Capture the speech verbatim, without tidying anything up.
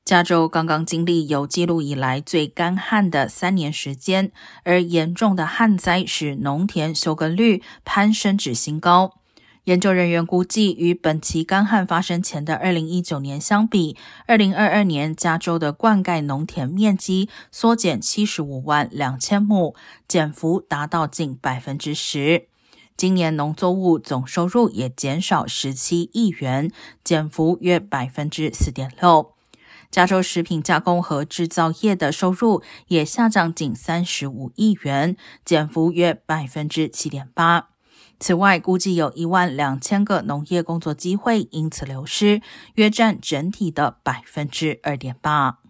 加州刚刚经历有记录以来最干旱的三年时间，而严重的旱灾使农田休耕率攀升至新高。研究人员估计，与本期干旱发生前的二零一九年相比，二零二二年加州的灌溉农田面积缩减七十五万两千亩，减幅达到近 百分之十。今年农作物总收入也减少十七亿元，减幅约 百分之四点六。加州食品加工和制造业的收入也下降近三十五亿元，减幅约 百分之七点八。此外，估计有一万两千个农业工作机会因此流失，约占整体的 百分之二点八。